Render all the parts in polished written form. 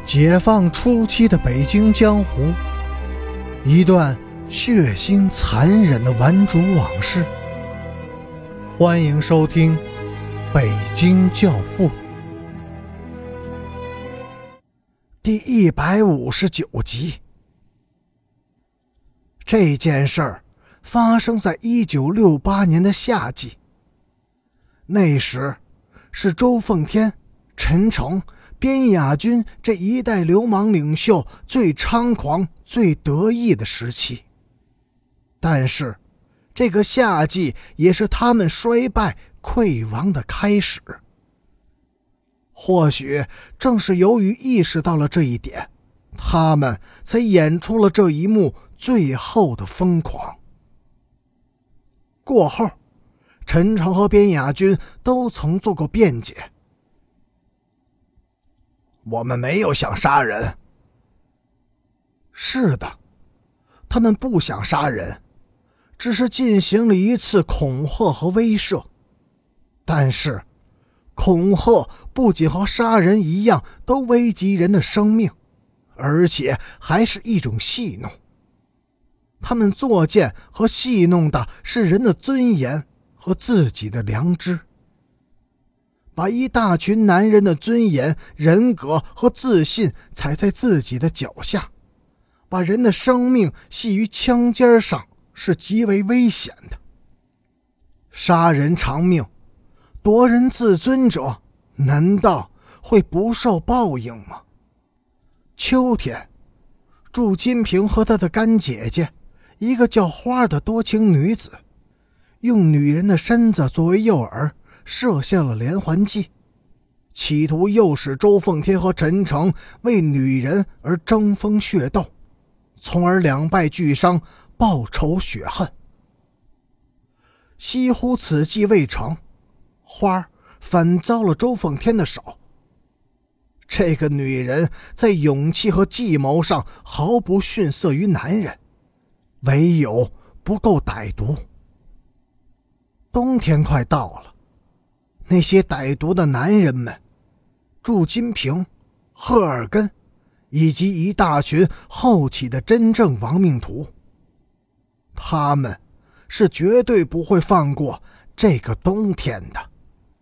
解放初期的北京江湖，一段血腥残忍的顽主往事。欢迎收听《北京教父》第159集。这件事儿发生在1968年的夏季，那时是周奉天、陈诚、边雅军这一代流氓领袖最猖狂、最得意的时期。但是这个夏季也是他们衰败溃亡的开始。或许正是由于意识到了这一点，他们才演出了这一幕最后的疯狂。过后，陈诚和边雅军都曾做过辩解。我们没有想杀人。是的，他们不想杀人，只是进行了一次恐吓和威慑。但是恐吓不仅和杀人一样都危及人的生命，而且还是一种戏弄。他们作践和戏弄的是人的尊严和自己的良知，把一大群男人的尊严、人格和自信踩在自己的脚下，把人的生命系于枪尖上，是极为危险的。杀人偿命，夺人自尊者，难道会不受报应吗？秋天，祝金平和他的干姐姐，一个叫花的多情女子，用女人的身子作为诱饵，设下了连环计，企图诱使周奉天和陈诚为女人而争锋血斗，从而两败俱伤，报仇雪恨。惜乎此计未成，花反遭了周奉天的手。这个女人在勇气和计谋上毫不逊色于男人，唯有不够歹毒。冬天快到了，那些歹毒的男人们，祝金平、赫尔根以及一大群后起的真正亡命徒，他们是绝对不会放过这个冬天的。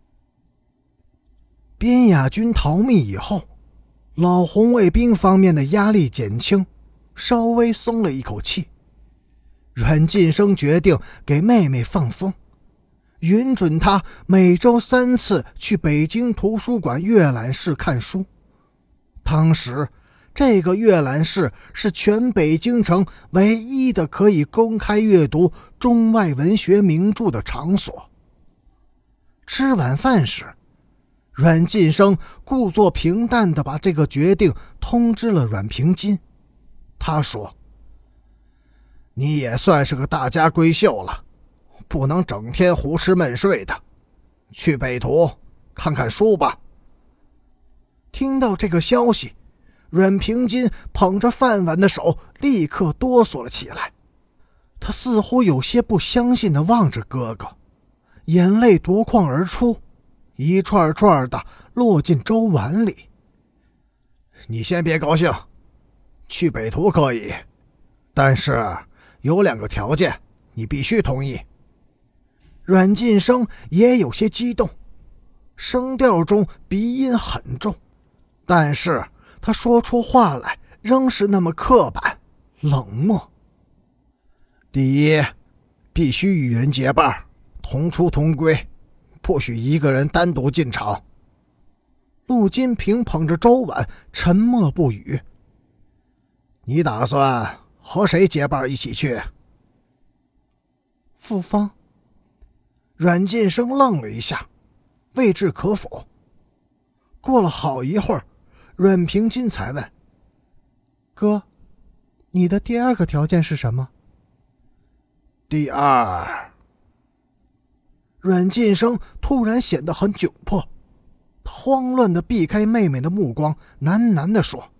边雅军逃密以后，老红卫兵方面的压力减轻，稍微松了一口气。阮晋生决定给妹妹放风，允准她每周3次去北京图书馆阅览室看书。当时这个阅览室是全北京城唯一的可以公开阅读中外文学名著的场所。吃晚饭时，阮晋生故作平淡地把这个决定通知了阮平金。他说：你也算是个大家闺秀了，不能整天胡吃闷睡的，去北图看看书吧。听到这个消息，阮平金捧着饭碗的手立刻哆嗦了起来。他似乎有些不相信地望着哥哥，眼泪夺眶而出，一串串的落进粥碗里。你先别高兴，去北图可以，但是有2个条件，你必须同意。阮晋生也有些激动，声调中鼻音很重，但是他说出话来仍是那么刻板冷漠。第一，必须与人结伴，同出同归，不许一个人单独进场。陆金平捧着粥碗沉默不语。你打算和谁结伴一起去？傅芳。阮晋生愣了一下，未置可否。过了好一会儿，阮平金才问：哥，你的第2个条件是什么？第2。阮晋生突然显得很窘迫，他慌乱地避开妹妹的目光，喃喃地说：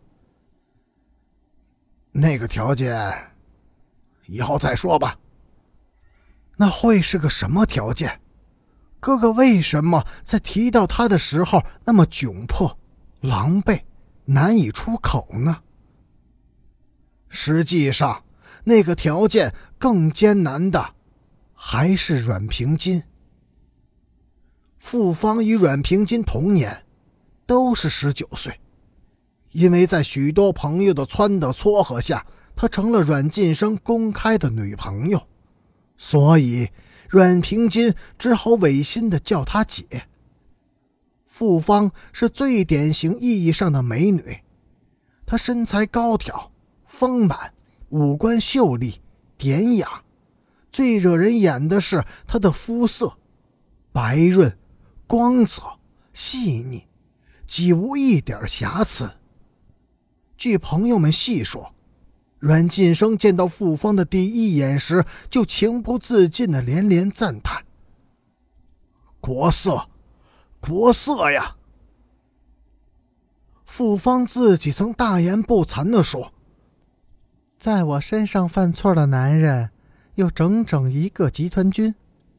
那个条件以后再说吧。那会是个什么条件？哥哥为什么在提到他的时候那么窘迫、狼狈、 难以出口呢？实际上，那个条件更艰难的还是阮平金。傅芳与阮平金同年，都是19岁。因为在许多朋友的撺掇撮合下，她成了阮晋生公开的女朋友，所以阮平金只好违心地叫她姐。傅芳是最典型意义上的美女，她身材高挑、丰满，五官秀丽、典雅，最惹人眼的是她的肤色，白润、光泽、细腻，几无一点瑕疵。据朋友们细说，阮晋生见到傅芳的第一眼时，就情不自禁地连连赞叹：“国色，国色呀！”傅芳自己曾大言不惭地说：“在我身上犯错的男人，有整整1个集团军。”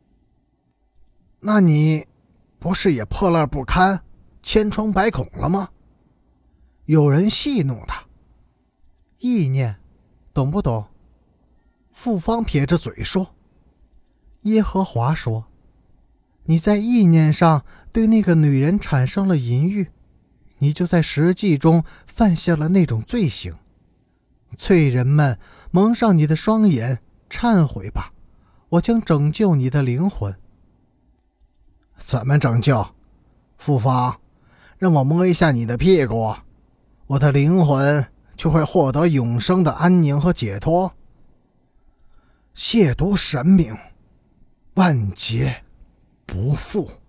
那你不是也破烂不堪、千疮百孔了吗？有人戏弄他。意念，懂不懂？傅芳撇着嘴说：“耶和华说，你在意念上对那个女人产生了淫欲，你就在实际中犯下了那种罪行。罪人们，蒙上你的双眼，忏悔吧，我将拯救你的灵魂。”怎么拯救？傅芳，让我摸一下你的屁股，我的灵魂就会获得永生的安宁和解脱。亵渎神明，万劫不复。